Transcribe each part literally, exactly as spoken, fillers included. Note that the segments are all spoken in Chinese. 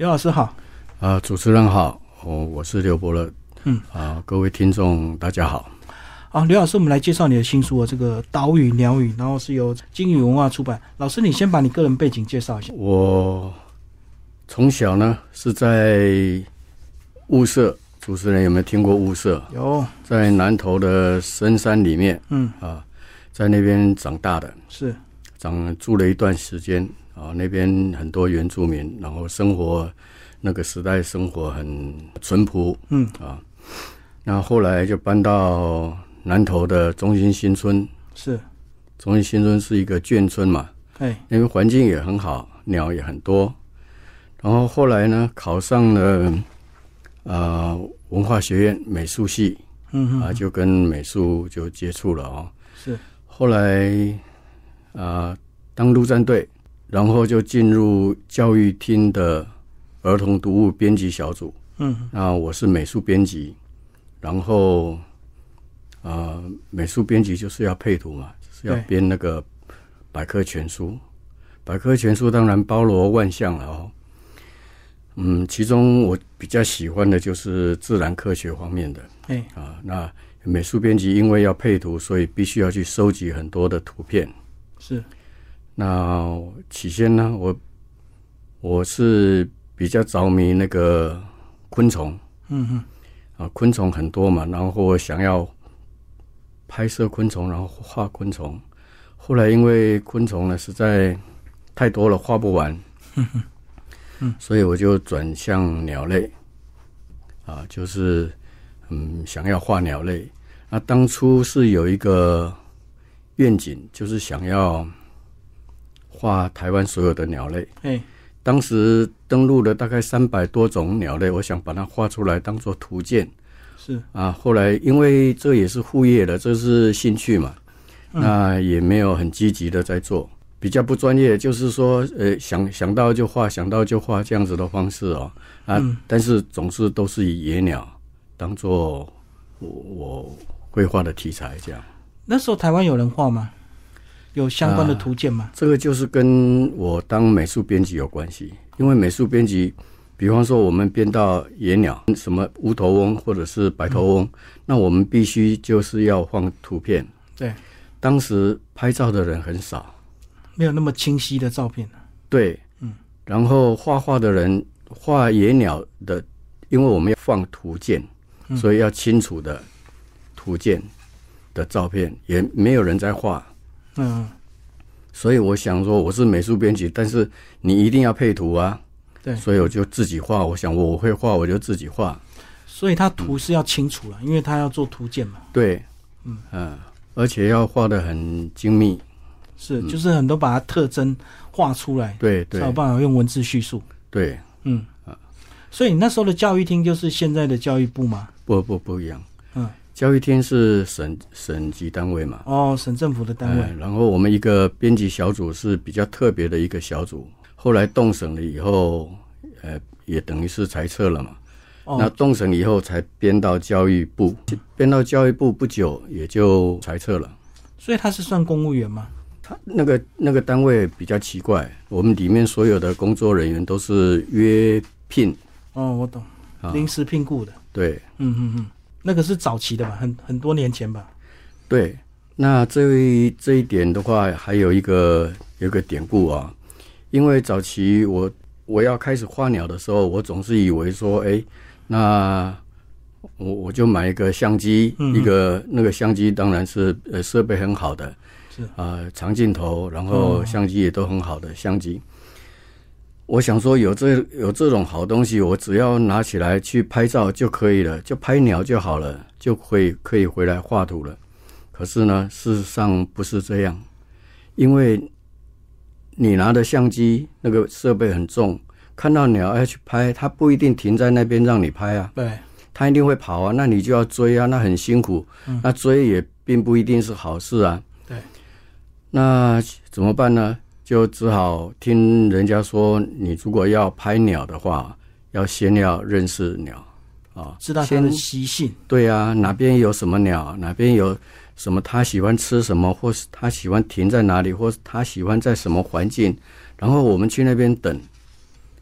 刘老师好。 啊、呃，主持人好，我我是刘伯乐。 嗯啊、呃，各位听众大家好。 好，刘老师，我们来介绍你的新书啊，这个岛屿鸟语，然后是由金宇文化出版。老师，你先把你个人背景介绍一下。 我从小呢是在雾社，主持人有没有听过雾社？ 有， 在南投的深山里面， 嗯啊，在那边长大的， 是长住了一段时间啊，那边很多原住民，然后生活那个时代生活很淳朴， 嗯啊，那后来就搬到南投的中心新村， 是中心新村是一个眷村嘛， 哎那边环境也很好，鸟也很多。然后后来呢，考上了呃文化学院美术系， 嗯嗯啊，就跟美术就接触了哦。 是后来啊、呃、当陆战队，然后就进入教育厅的儿童读物编辑小组。 嗯那我是美术编辑，然后呃美术编辑就是要配图嘛，就是要编那个百科全书。百科全书当然包罗万象了哦。嗯，其中我比较喜欢的就是自然科学方面的。 哎啊，那美术编辑因为要配图，所以必须要去收集很多的图片。 是那起先呢，我我是比较着迷那个昆虫， 嗯嗯啊，昆虫很多嘛，然后我想要拍摄昆虫，然后画昆虫。后来因为昆虫呢实在太多了，画不完， 嗯嗯， 所以我就转向鸟类，啊，就是嗯想要画鸟类。那当初是有一个愿景，就是想要画台湾所有的鸟类。 哎当时登录了大概三百多种鸟类，我想把它画出来当做图鉴。 是啊，后来因为这也是副业的，这是兴趣嘛， 嗯那也没有很积极的在做，比较不专业，就是说，呃，想想到就画，想到就画这样子的方式哦。啊， 嗯但是总是都是以野鸟当做我我绘画的题材，这样。 那时候台湾有人画吗？有相关的图鉴吗？ 啊、这个就是跟我当美术编辑有关系，因为美术编辑，比方说我们编到野鸟，什么乌头翁或者是白头翁，嗯、那我们必须就是要放图片。 对， 当时拍照的人很少， 没有那么清晰的照片。 对， 嗯， 然后画画的人画野鸟的，因为我们要放图鉴， 嗯、 所以要清楚的图鉴的照片，也没有人在画。 嗯， 所以我想说，我是美术编辑，但是你一定要配图啊。 对， 所以我就自己画。我想我会画，我就自己画。 所以它图是要清楚了，嗯、因为它要做图鉴嘛。 对， 嗯呃，而且要画得很精密。 是，就是很多把它特征画出来， 对对， 才有办法用文字叙述。 对， 嗯啊，所以你那时候的教育厅就是现在的教育部吗？ 不不不一样。 嗯。 教育厅是省省级单位嘛？ 哦，省政府的单位、 呃。然后我们一个编辑小组是比较特别的一个小组，后来动省了以后，呃，也等于是裁撤了嘛。哦、那动省以后才编到教育部，编到教育部不久也就裁撤了。 所以他是算公务员吗？ 他那个那个单位比较奇怪，我们里面所有的工作人员都是约聘。 哦，我懂，临时聘雇的。 对， 嗯嗯嗯。那个是早期的吧，很很多年前吧。 对，那这一这一点的话，还有一个有一个典故啊，因为早期我我要开始画鸟的时候，我总是以为说，哎，那我我就买一个相机，嗯、一个那个相机当然是呃设备很好的， 是啊、呃、长镜头，然后相机也都很好的相机。我想说有这有这种好东西，我只要拿起来去拍照就可以了，就拍鸟就好了，就会可以回来画图了。可是呢，事实上不是这样，因为你拿的相机那个设备很重，看到鸟要去拍，它不一定停在那边让你拍啊， 对， 它一定会跑啊，那你就要追啊，那很辛苦，嗯、那追也并不一定是好事啊。 对， 那怎么办呢？就只好听人家说，你如果要拍鸟的话，要先要认识鸟啊， 知道它的习性。 对啊，哪边有什么鸟，哪边有什么它喜欢吃什么，或是它喜欢停在哪里，或是它喜欢在什么环境，然后我们去那边等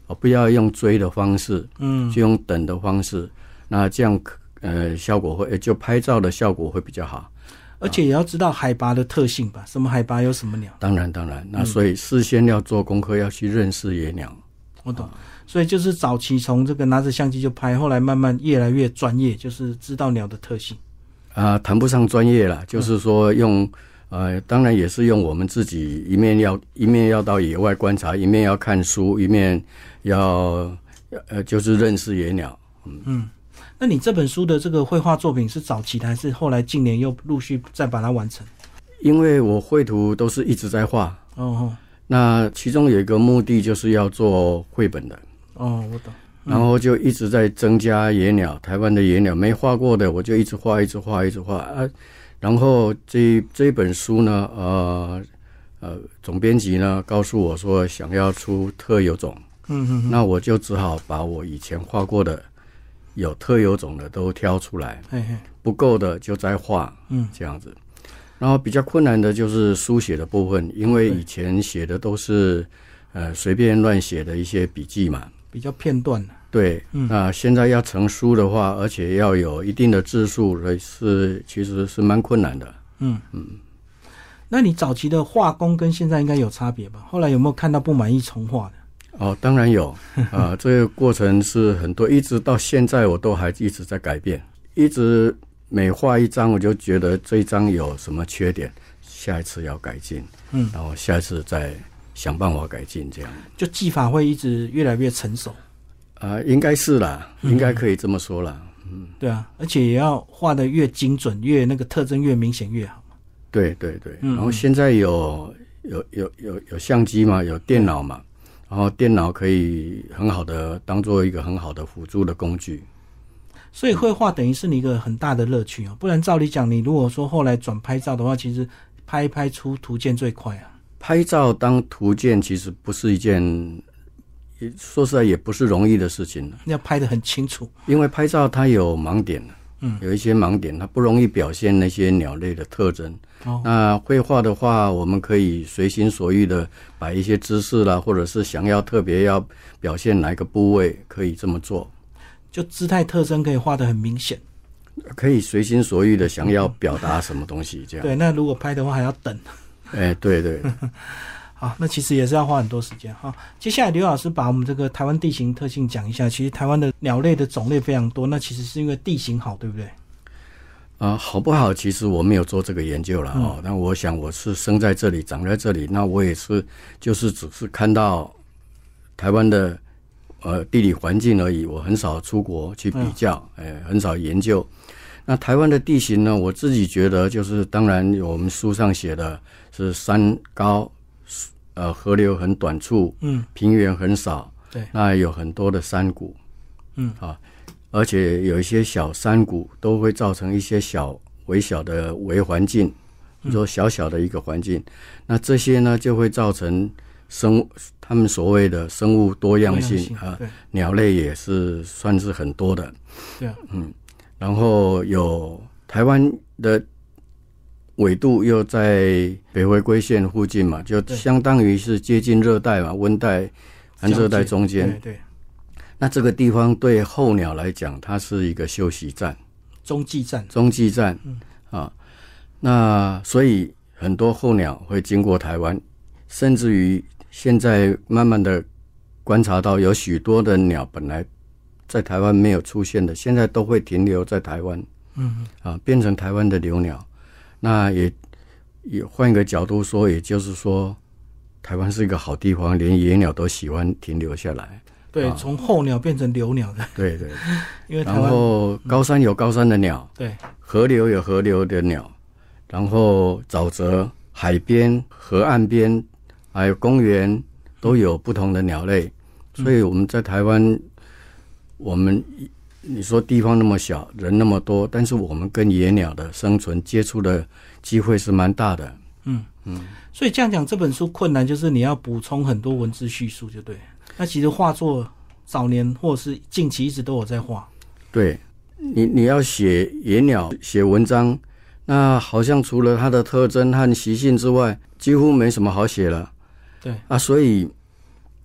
哦，不要用追的方式， 嗯， 就用等的方式，那这样呃效果会就拍照的效果会比较好。 而且也要知道海拔的特性吧，什么海拔有什么鸟。 当然当然，那所以事先要做功课，要去认识野鸟。 我懂，所以就是早期从这个拿着相机就拍，后来慢慢越来越专业，就是知道鸟的特性。 啊、呃，谈不上专业啦，就是说用。呃，当然也是用我们自己一面要一面要到野外观察，一面要看书，一面要呃就是认识野鸟。嗯嗯，那你这本书的这个绘画作品是早期的，还是后来近年又陆续再把它完成？ 因为我绘图都是一直在画。 哦哦。 那其中有一个目的就是要做绘本的。 哦，我懂。 然后就一直在增加野鸟，台湾的野鸟没画过的，我就一直画，一直画，一直画啊。然后这这本书呢，呃呃，总编辑呢告诉我说想要出特有种， 嗯嗯， 那我就只好把我以前画过的有特有种的都挑出来， 嘿嘿， 不够的就再画，嗯，这样子。然后比较困难的就是书写的部分，因为以前写的都是呃随便乱写的一些笔记嘛， 比较片段的。 对，嗯、那现在要成书的话，而且要有一定的字数，是其实是蛮困难的。 嗯嗯，那你早期的画工跟现在应该有差别吧？后来有没有看到不满意重画的？ 哦，当然有啊、呃，这个过程是很多，一直到现在我都还一直在改变，一直每画一张我就觉得这一张有什么缺点，下一次要改进，嗯，然后下一次再想办法改进，这样就技法会一直越来越成熟。 啊、呃，应该是啦，应该可以这么说啦。嗯， 对啊，而且也要画得越精准，越那个特征越明显越好。 对对对，嗯、然后现在有有有有有相机嘛，有电脑嘛，然后电脑可以很好的当做一个很好的辅助的工具。 所以绘画等于是你一个很大的乐趣哦，不然照理讲，你如果说后来转拍照的话，其实拍一拍出图鉴最快啊。 拍照当图鉴其实不是一件。说实在也不是容易的事情， 要拍得很清楚， 因为拍照它有盲点，嗯，有一些盲点，它不容易表现那些鸟类的特征。哦，那绘画的话，我们可以随心所欲的摆一些姿势啦，或者是想要特别要表现哪一个部位，可以这么做。 就姿态特征可以画得很明显， 可以随心所欲的想要表达什么东西，这样。 对，那如果拍的话还要等。 哎，对对。 好，那其实也是要花很多时间哈。接下来刘老师把我们这个台湾地形特性讲一下。其实台湾的鸟类的种类非常多，那其实是因为地形好，对不对？ 啊、呃，好不好？其实我没有做这个研究了哦。嗯、但我想我是生在这里，长在这里，那我也是就是只是看到台湾的呃地理环境而已。我很少出国去比较，哎、嗯呃，很少研究。那台湾的地形呢？我自己觉得就是，当然我们书上写的是山高。呃，河流很短促，嗯，平原很少，对，那有很多的山谷，嗯啊，而且有一些小山谷都会造成一些小微小的微环境，嗯、说小小的一个环境，那这些呢就会造成生他们所谓的生物多样性，多样性啊，鸟类也是算是很多的，对啊，嗯，然后有台湾的。纬度又在北回归线附近嘛，就相当于是接近热带嘛，温带和热带中间。对对。那这个地方对候鸟来讲，它是一个休息站、 中继站、 中继站。嗯啊，那所以很多候鸟会经过台湾，甚至于现在慢慢的观察到，有许多的鸟本来在台湾没有出现的，现在都会停留在台湾。嗯啊，变成台湾的留鸟。那也也换一个角度说，也就是说，台湾是一个好地方，连野鸟都喜欢停留下来。 对，啊、从候鸟变成留鸟的。 对对。 因为台湾然后高山有高山的鸟， 对、嗯， 河流有河流的鸟，然后沼泽、海边、河岸边，还有公园都有不同的鸟类。嗯、所以我们在台湾，我们。你说地方那么小，人那么多，但是我们跟野鸟的生存接触的机会是蛮大的。 嗯嗯，所以这样讲，这本书困难就是你要补充很多文字叙述，就对。那其实画作早年或是近期一直都有在画。 对，你你要写野鸟写文章，那好像除了它的特征和习性之外，几乎没什么好写了。 对啊， 所以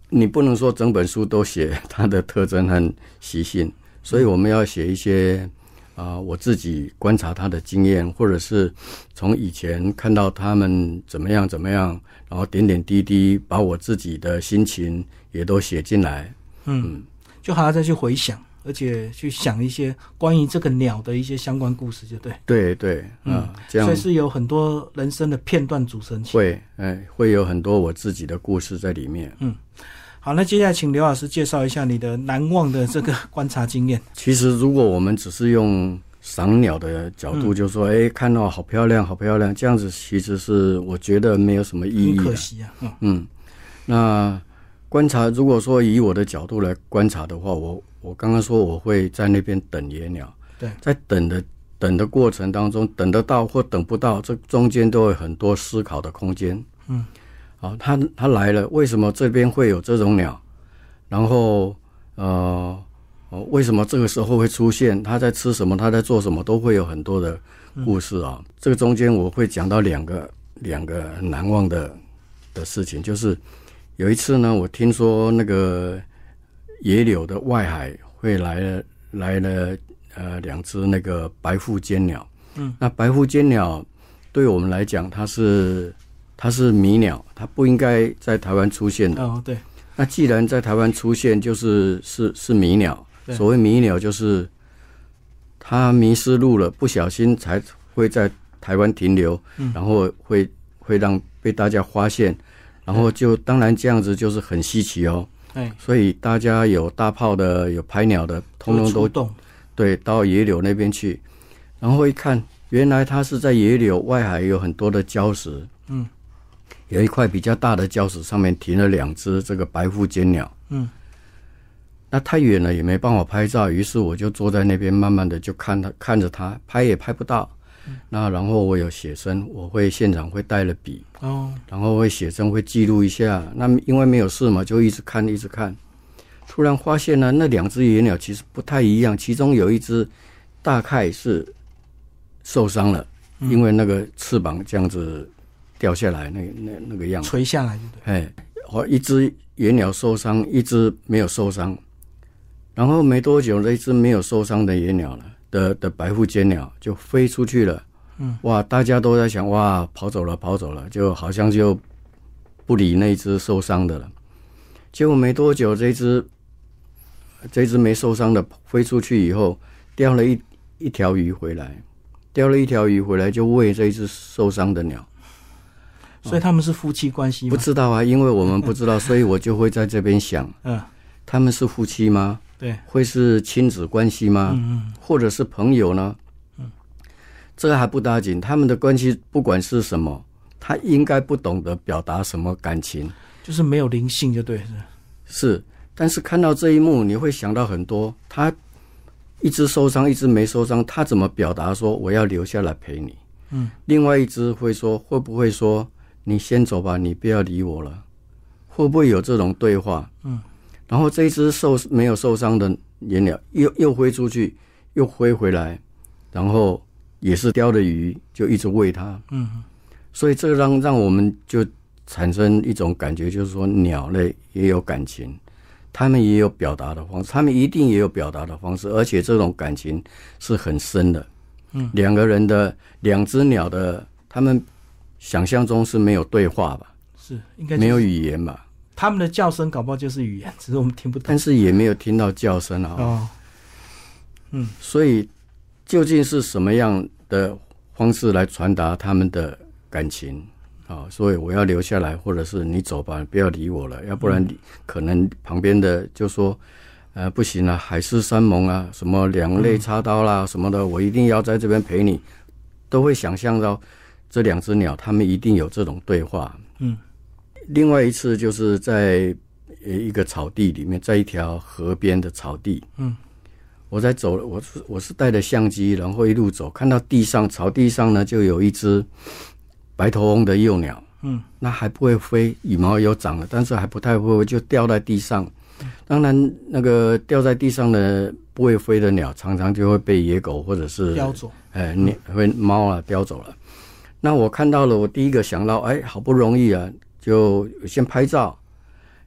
你不能说整本书都写它的特征和习性，所以我们要写一些啊、呃，我自己观察它的经验，或者是从以前看到他们怎么样怎么样，然后点点滴滴把我自己的心情也都写进来。 嗯，就还要再去回想，而且去想一些关于这个鸟的一些相关故事，就对。 对对，嗯，啊、这样， 所以是有很多人生的片段组成起来。 会，哎，会有很多我自己的故事在里面。 嗯。好，那接下来请刘老师介绍一下你的难忘的这个观察经验。 其实如果我们只是用赏鸟的角度就说，哎、嗯，看到好漂亮好漂亮，这样子其实是我觉得没有什么意义的， 很可惜啊。嗯, 嗯那观察，如果说以我的角度来观察的话，我我刚刚说我会在那边等野鸟， 对， 在等的等的过程当中，等得到或等不到，这中间都有很多思考的空间。 嗯。 好，他他来了，为什么这边会有这种鸟？然后呃，为什么这个时候会出现？他在吃什么？他在做什么？都会有很多的故事啊。嗯、这个中间我会讲到两个两个很难忘的的事情，就是有一次呢，我听说那个野柳的外海会来了来了呃两只那个白腹尖鸟。 嗯， 那白腹尖鸟对我们来讲，它是。它是迷鸟，它不应该在台湾出现的。 哦，对。 那既然在台湾出现，就是是是迷鸟。所谓迷鸟，就是它迷失路了，不小心才会在台湾停留，嗯、然后会会让被大家发现，然后就当然这样子就是很稀奇哦。 对。 所以大家有大炮的，有拍鸟的，通通都动对到野柳那边去，然后一看，原来它是在野柳外海有很多的礁石。 嗯。 有一块比较大的礁石，上面停了两只这个白腹尖鸟。 嗯， 那太远了也没办法拍照，于是我就坐在那边，慢慢的就看它，看着它，拍也拍不到。嗯、那然后我有写生，我会现场会带了笔， 哦， 然后会写生，会记录一下。那因为没有事嘛，就一直看，一直看。突然发现呢，那两只野鸟其实不太一样，其中有一只大概是受伤了，嗯、因为那个翅膀这样子。掉下来那那那个样子， 垂下来，对。 哎，我一只野鸟受伤，一只没有受伤，然后没多久，那一只没有受伤的野鸟了的的白腹尖鸟就飞出去了。 嗯， 哇，大家都在想，哇，跑走了，跑走了，就好像就不理那一只受伤的了。结果没多久，这只这只没受伤的飞出去以后，叼了一一条鱼回来，叼了一条鱼回来，就喂这一只受伤的鸟。 所以他们是夫妻关系吗？ 不知道啊，因为我们不知道，所以我就会在这边想， 嗯， 他们是夫妻吗？ 对， 会是亲子关系吗？ 嗯嗯， 或者是朋友呢？ 嗯， 这个还不打紧，他们的关系不管是什么，他应该不懂得表达什么感情， 就是没有灵性，就对是。 是，但是看到这一幕，你会想到很多。他一只受伤，一只没受伤，他怎么表达说我要留下来陪你？ 嗯， 另外一只会说，会不会说？你先走吧，你不要理我了，会不会有这种对话？ 嗯， 然后这一只受没有受伤的野鸟又又飞出去，又飞回来，然后也是叼着鱼，就一直喂它。 嗯， 所以这个让让我们就产生一种感觉，就是说鸟类也有感情，他们也有表达的方式，他们一定也有表达的方式，而且这种感情是很深的。 嗯， 两个人的两只鸟的他们。想象中是没有对话吧？ 是应该、就是、 没有语言吧？ 他们的叫声搞不好就是语言，只是我们听不懂。 但是也没有听到叫声啊。 哦，嗯， 所以究竟是什么样的方式来传达他们的感情啊？所以我要留下来，或者是你走吧，不要理我了，要不然可能旁边的就说，呃，不行啊，海誓山盟啊，什么两肋插刀啦、嗯、什么的，我一定要在这边陪你，都会想象到。这两只鸟，它们一定有这种对话。 嗯， 另外一次就是在一个草地里面，在一条河边的草地。 嗯， 我在走，我是我是带着相机，然后一路走，看到地上草地上呢，就有一只白头翁的幼鸟。 嗯， 那还不会飞，羽毛有长了，但是还不太会飞，就掉在地上。当然，那个掉在地上的不会飞的鸟，常常就会被野狗或者是叼走， 哎，你会猫啊叼走了。那我看到了，我第一个想到，哎，好不容易啊，就先拍照，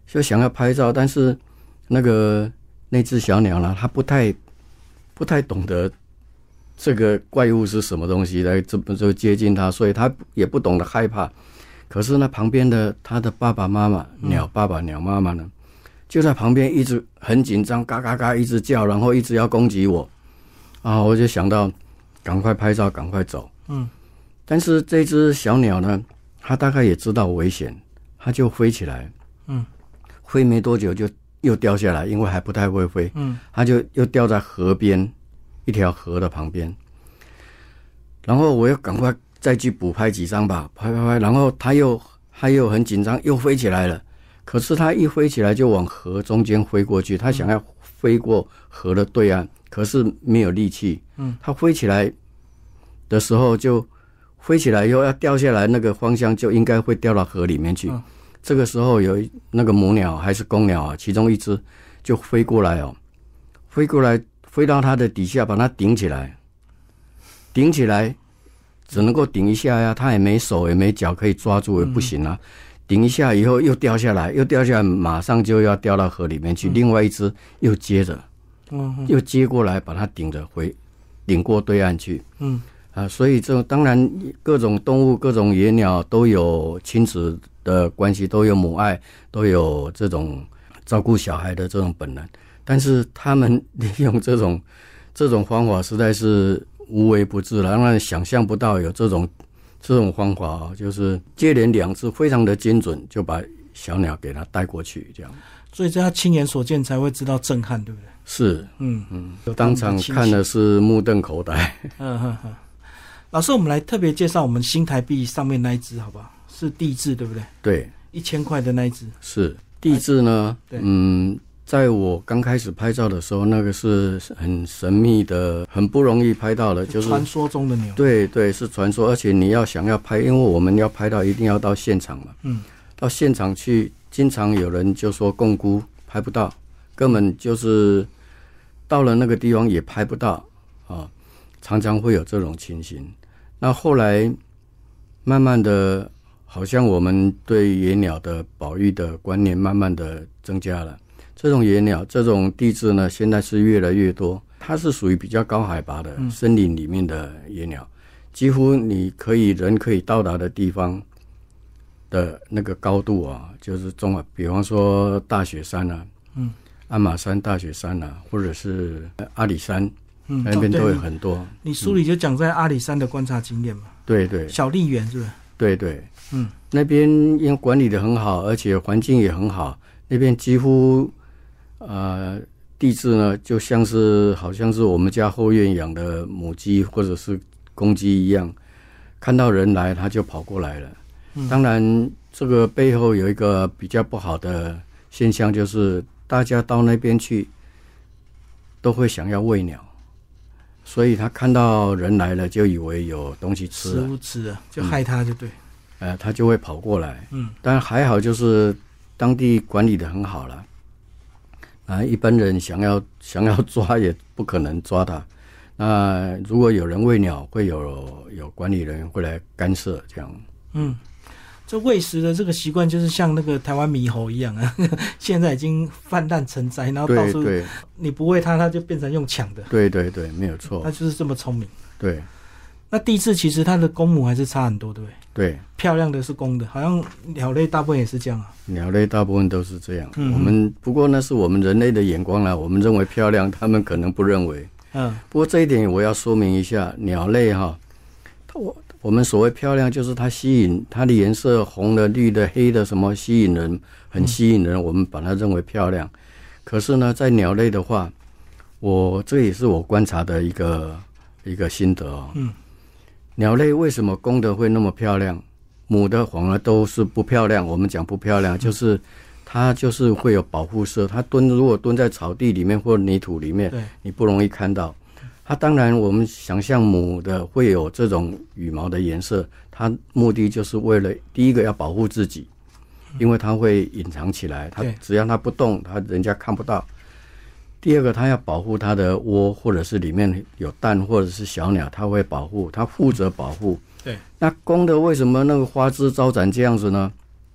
就想要拍照，但是那个那只小鸟呢，它不太不太懂得这个怪物是什么东西来这就接近它，所以它也不懂得害怕。可是呢，旁边的它的爸爸妈妈，鸟爸爸、鸟妈妈呢，就在旁边一直很紧张，嘎嘎嘎一直叫，然后一直要攻击我啊！我就想到赶快拍照，赶快走。嗯，但是这只小鸟呢，它大概也知道危险，它就飞起来。嗯。飞没多久就又掉下来，因为还不太会飞，嗯，它就又掉在河边，一条河的旁边。然后我又赶快再去补拍几张吧，拍拍拍，然后它又它又很紧张，又飞起来了。可是它一飞起来就往河中间飞过去，它想要飞过河的对岸，可是没有力气。嗯，它飞起来的时候就飞起来以后要掉下来，那个方向就应该会掉到河里面去。嗯，这个时候有那个母鸟还是公鸟啊，其中一只就飞过来哦，飞过来飞到它的底下，把它顶起来，顶起来只能够顶一下呀，它也没手也没脚可以抓住，也不行啊。顶一下以后又掉下来，又掉下来，马上就要掉到河里面去。嗯、另外一只又接着，嗯，又接过来把它顶着回，顶过对岸去。嗯。啊，所以这当然各种动物、各种野鸟都有亲子的关系，都有母爱，都有这种照顾小孩的这种本能。但是他们利用这种这种方法实在是无微不至了，让人想象不到有这种这种方法哦，就是接连两次非常的精准，就把小鸟给它带过去，这样。 所以这他亲眼所见才会知道震撼，对不对？ 是，嗯嗯，当场看的是目瞪口呆。 嗯哼哼。老师，我们来特别介绍我们新台币上面那一只，好不好？是地质，对不对？ 对， 一千块的那一只。 是地质呢？嗯，在我刚开始拍照的时候，那个是很神秘的，很不容易拍到的，就是传说中的鸟。 对对，是传说，而且你要想要拍，因为我们要拍到，一定要到现场嘛。嗯，到现场去，经常有人就说共估拍不到，根本就是到了那个地方也拍不到啊，常常会有这种情形。那后来慢慢的，好像我们对野鸟的保育的观念慢慢的增加了。这种野鸟，这种地质呢，现在是越来越多。它是属于比较高海拔的森林里面的野鸟，嗯、几乎你可以人可以到达的地方的那个高度啊，就是中，比方说大雪山啊，嗯，鞍马山、大雪山啊，或者是阿里山。嗯，那边都有很多。 你书里就讲在阿里山的观察经验嘛？ 对对， 小笠原是不是？ 对对，嗯，那边因为管理的很好，而且环境也很好，那边几乎呃地质呢，就像是好像是我们家后院养的母鸡或者是公鸡一样，看到人来它就跑过来了。嗯、当然，这个背后有一个比较不好的现象，就是大家到那边去都会想要喂鸟。所以他看到人来了，就以为有东西吃了， 食物吃了，就害他就对。 嗯、呃，他就会跑过来。嗯，但还好，就是当地管理的很好了。啊，一般人想要想要抓也不可能抓他。那如果有人喂鸟，会有有管理人员会来干涉这样。 嗯。这喂食的这个习惯就是像那个台湾猕猴一样啊，现在已经泛滥成灾，然后到处你不喂它，它就变成用抢的。 对对对，没有错， 它就是这么聪明。 对， 那地质其实它的公母还是差很多，对不对？ 对， 漂亮的是公的，好像鸟类大部分也是这样啊。 鸟类大部分都是这样，嗯、我们不过那是我们人类的眼光啦，我们认为漂亮，他们可能不认为。嗯，不过这一点我要说明一下，鸟类哈，我。我们所谓漂亮，就是它吸引它的颜色，红的、绿的、黑的，什么吸引人，很吸引人，嗯、我们把它认为漂亮。可是呢，在鸟类的话，我这也是我观察的一个一个心得哦。嗯，鸟类为什么公的会那么漂亮，母的反而都是不漂亮？我们讲不漂亮，嗯、就是它就是会有保护色。它蹲如果蹲在草地里面或泥土里面，你不容易看到。它当然，我们想象母的会有这种羽毛的颜色，它目的就是为了第一个要保护自己，因为它会隐藏起来，它只要它不动，它人家看不到。第二个，它要保护它的窝，或者是里面有蛋或者是小鸟，它会保护，它负责保护。 对。 那公的为什么那个花枝招展这样子呢？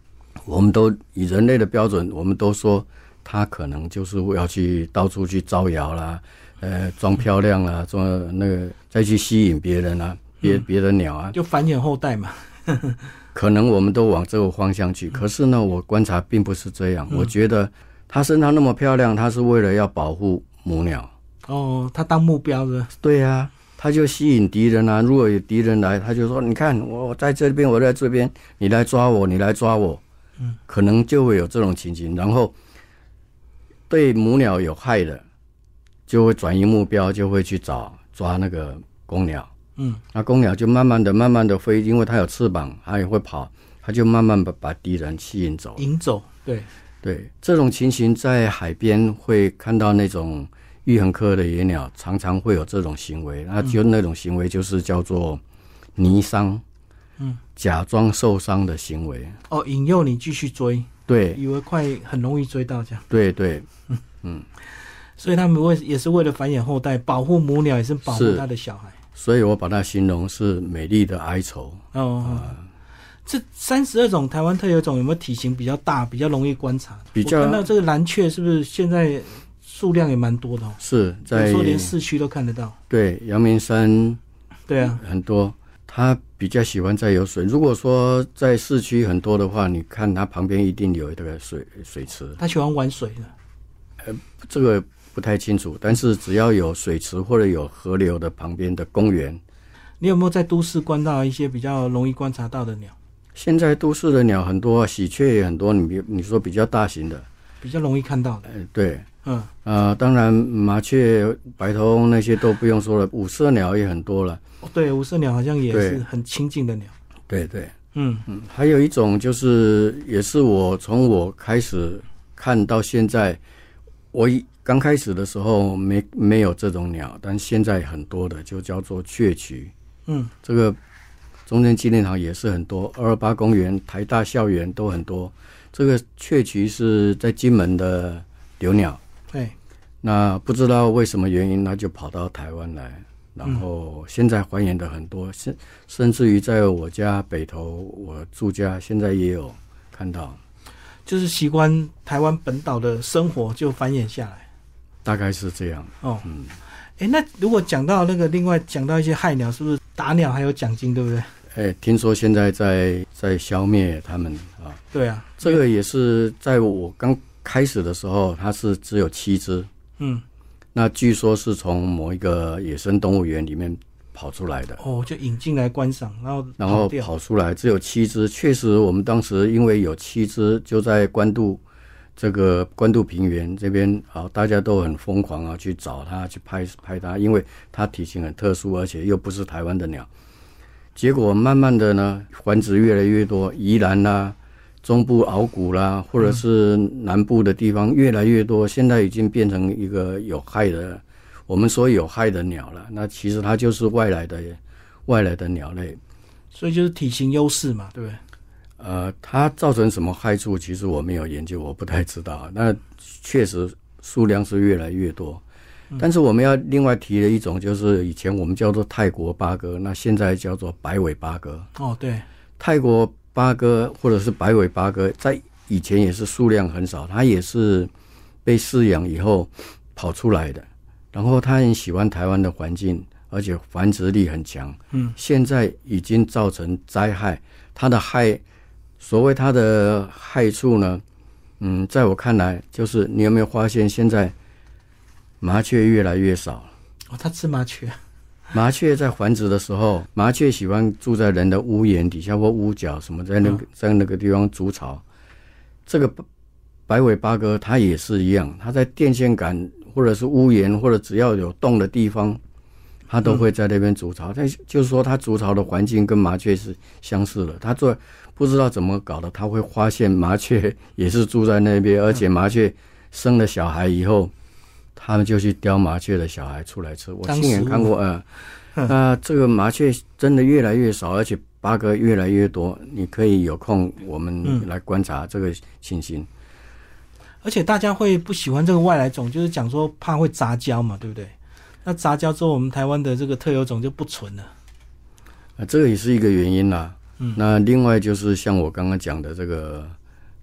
我们都以人类的标准，我们都说它可能就是要去到处去招摇啦，呃，装漂亮啦，装那个再去吸引别人啊，别别的鸟啊， 就繁衍后代嘛。 可能我们都往这个方向去，可是呢，我观察并不是这样。嗯、我觉得它身上那么漂亮，它是为了要保护母鸟。 哦，它当目标的。 对啊，它就吸引敌人啊。如果有敌人来，它就说：“你看，我在这边，我在这边，你来抓我，你来抓我。”嗯，可能就会有这种情形。然后对母鸟有害的，就会转移目标，就会去找抓那个公鸟。嗯，那公鸟就慢慢的、慢慢的飞，因为它有翅膀，它也会跑，它就慢慢把把敌人吸引走。 引走，对对，这种情形在海边会看到那种鹬鸻科的野鸟，常常会有这种行为。那就那种行为就是叫做泥伤，嗯，假装受伤的行为。 哦，引诱你继续追， 对， 以为快很容易追到这样。 对对，嗯嗯，所以他们为也是为了繁衍后代，保护母鸟，也是保护他的小孩。所以我把它形容是美丽的哀愁。 哦，呃、这三十二种台湾特有种有没有体型比较大、比较容易观察？ 比较我看到这个蓝雀是不是现在数量也蛮多的、哦？ 是在说连市区都看得到。 对，阳明山， 对啊， 很多。它比较喜欢在有水。如果说在市区很多的话，你看它旁边一定有一个水水池。 它喜欢玩水的。 呃，这个不太清楚，但是只要有水池或者有河流的旁边的公园。 你有没有在都市观到一些比较容易观察到的鸟？ 现在都市的鸟很多，喜鹊也很多。你你说比较大型的， 比较容易看到的。 呃，对，嗯，呃，当然麻雀、白头翁那些都不用说了，五色鸟也很多了。 哦、对，五色鸟好像也是很亲近的鸟。 对对，嗯嗯，还有一种就是，也是我从我开始看到现在，我刚开始的时候没没有这种鸟，但现在很多的就叫做雀渠。嗯，这个中正纪念堂也是很多，二二八公园、台大校园都很多。这个雀渠是在金门的留鸟， 对， 那不知道为什么原因，它就跑到台湾来，然后现在还原的很多，甚甚至于在我家北投，我住家现在也有看到。 就是习惯台湾本岛的生活就繁衍下来， 大概是这样。 哦，嗯，哎，那如果讲到那个，另外讲到一些害鸟，是不是打鸟还有奖金，对不对？ 哎，听说现在在在消灭他们啊。 对啊， 这个也是在我刚开始的时候，它是只有七只。嗯，那据说是从某一个野生动物园里面跑出来的。 哦，就引进来观赏，然后然后跑出来，只有七只。确实，我们当时因为有七只，就在关渡这个关渡平原这边啊，大家都很疯狂啊，去找它，去拍拍它，因为它体型很特殊，而且又不是台湾的鸟。结果慢慢的呢，繁殖越来越多，宜兰啦、中部鳌骨啦，或者是南部的地方越来越多，现在已经变成一个有害的。我们说有害的鸟了，那其实它就是外来的外来的鸟类， 所以就是体型优势嘛，对不对？ 呃，它造成什么害处，其实我没有研究，我不太知道。那确实数量是越来越多，嗯、但是我们要另外提的一种，就是以前我们叫做泰国八哥，那现在叫做白尾八哥。 哦，对， 泰国八哥或者是白尾八哥，在以前也是数量很少，它也是被饲养以后跑出来的。然后它很喜欢台湾的环境，而且繁殖力很强。嗯，现在已经造成灾害，它的害，所谓它的害处呢，嗯，在我看来，就是你有没有发现现在麻雀越来越少了？ 哦，它吃麻雀。 麻雀在繁殖的时候，麻雀喜欢住在人的屋檐底下或屋角什么，在那个在那个地方筑巢。这个白尾八哥它也是一样，它在电线杆或者是屋檐，或者只要有洞的地方，它都会在那边筑巢。但、嗯、就是说，它筑巢的环境跟麻雀是相似的。它做不知道怎么搞的，它会发现麻雀也是住在那边，而且麻雀生了小孩以后，他们就去叼麻雀的小孩出来吃。我亲眼看过，呃，那、呃、这个麻雀真的越来越少，而且八哥越来越多。你可以有空我们来观察这个情形。嗯， 而且大家会不喜欢这个外来种，就是讲说怕会杂交嘛，对不对？那杂交之后，我们台湾的这个特有种就不存了。 啊，这个也是一个原因啦。嗯，那另外就是像我刚刚讲的这个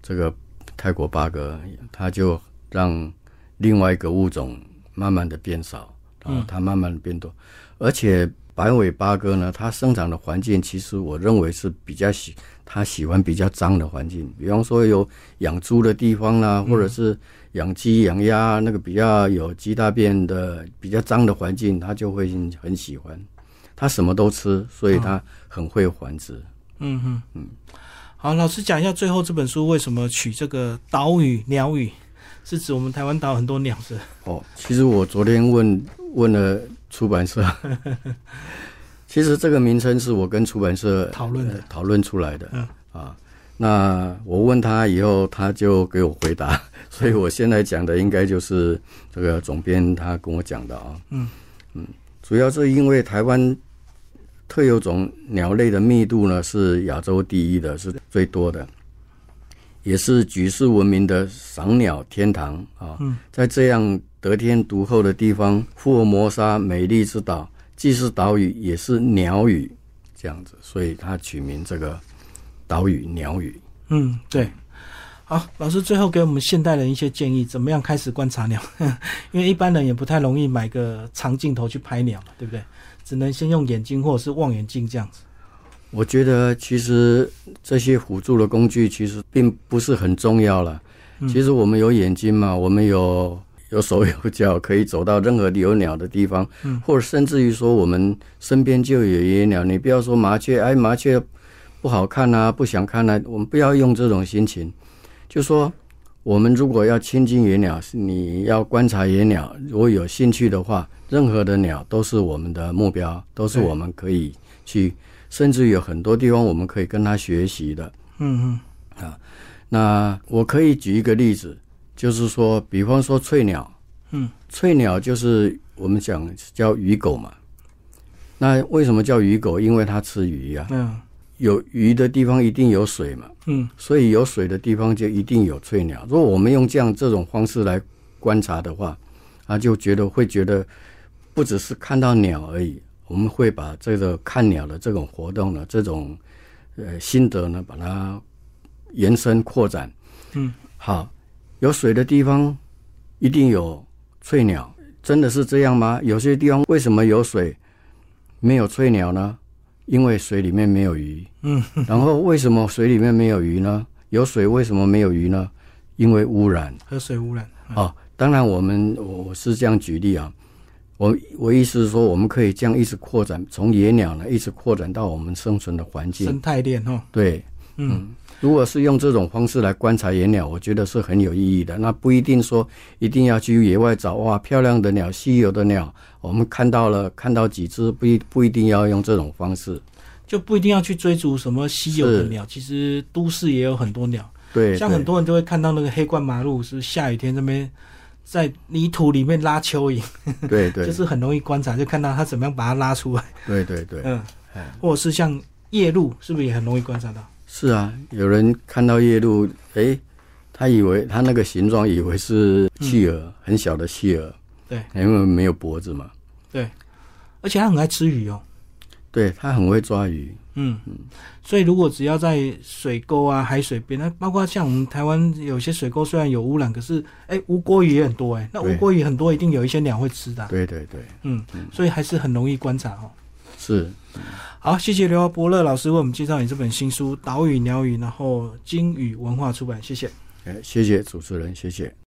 这个泰国八哥，它就让另外一个物种慢慢的变少，然后它慢慢的变多，嗯、而且白尾八哥呢，它生长的环境其实我认为是比较喜，它喜欢比较脏的环境，比方说有养猪的地方啦，或者是养鸡养鸭那个比较有鸡大便的比较脏的环境，它就会很喜欢。它什么都吃，所以它很会繁殖。 嗯哼嗯。好，老师讲一下最后这本书为什么取这个岛屿鸟语，是指我们台湾岛很多鸟是？ 哦，其实我昨天问问了出版社，其实这个名称是我跟出版社讨论的、呃、 讨论出来的。嗯啊，那我问他以后，他就给我回答，所以我现在讲的应该就是这个总编他跟我讲的啊。嗯嗯，主要是因为台湾特有种鸟类的密度呢是亚洲第一的，是最多的，也是举世闻名的赏鸟天堂啊。嗯，在这样得天独厚的地方，福尔摩沙美丽之岛，既是岛屿也是鸟语，这样子，所以他取名这个岛屿鸟语。 嗯，对。好，老师最后给我们现代人一些建议，怎么样开始观察鸟？因为一般人也不太容易买个长镜头去拍鸟，对不对？只能先用眼睛或者是望远镜这样子。 我觉得其实这些辅助的工具其实并不是很重要了。嗯、其实我们有眼睛嘛，我们有有手有脚，可以走到任何有鸟的地方，嗯、或者甚至于说我们身边就有野鸟。你不要说麻雀，哎，麻雀不好看啊，不想看啊，我们不要用这种心情。就说我们如果要亲近野鸟，你要观察野鸟，如果有兴趣的话，任何的鸟都是我们的目标，都是我们可以去，甚至有很多地方我们可以跟它学习的。嗯嗯啊，那我可以举一个例子，就是说，比方说翠鸟，嗯，翠鸟就是我们讲叫鱼狗嘛。那为什么叫鱼狗？因为它吃鱼啊。嗯。有鱼的地方一定有水嘛，嗯，所以有水的地方就一定有翠鸟。如果我们用这样这种方式来观察的话，啊，就觉得会觉得不只是看到鸟而已，我们会把这个看鸟的这种活动呢，这种呃心得呢，把它延伸扩展。嗯，好，有水的地方一定有翠鸟，真的是这样吗？有些地方为什么有水没有翠鸟呢？因为水里面没有鱼。嗯，然后为什么水里面没有鱼呢？有水为什么没有鱼呢？因为污染， 河水污染。 嗯、哦，当然我们我是这样举例啊，我我意思是说，我们可以这样一直扩展，从野鸟呢一直扩展到我们生存的环境， 生态链哦。 对，嗯。嗯，如果是用这种方式来观察野鸟，我觉得是很有意义的。那不一定说一定要去野外找哇漂亮的鸟、稀有的鸟，我们看到了看到几只，不一不一定要用这种方式， 就不一定要去追逐什么稀有的鸟。其实都市也有很多鸟， 对， 像很多人都会看到那个黑冠麻鹭，是不是下雨天那边在泥土里面拉蚯蚓？ 对对， 就是很容易观察，就看到它怎么样把它拉出来。 对对对，嗯， 或者是像夜鹭，是不是也很容易观察到？ 是啊，有人看到夜鹭，诶，他以为他那个形状以为是企鹅，嗯、很小的企鹅， 对， 因为没有脖子嘛。 对，而且他很爱吃鱼哦。 对，他很会抓鱼。 嗯嗯，所以如果只要在水沟啊、海水边，那包括像我们台湾有些水沟虽然有污染，可是哎，吴郭鱼也很多哎，那吴郭鱼很多，一定有一些鸟会吃的、啊。 对对对，嗯嗯，所以还是很容易观察哦。 是。 好，谢谢刘伯乐老师为我们介绍你这本新书《岛屿鸟语》，然后金宇文化出版，谢谢。 哎，谢谢主持人，谢谢。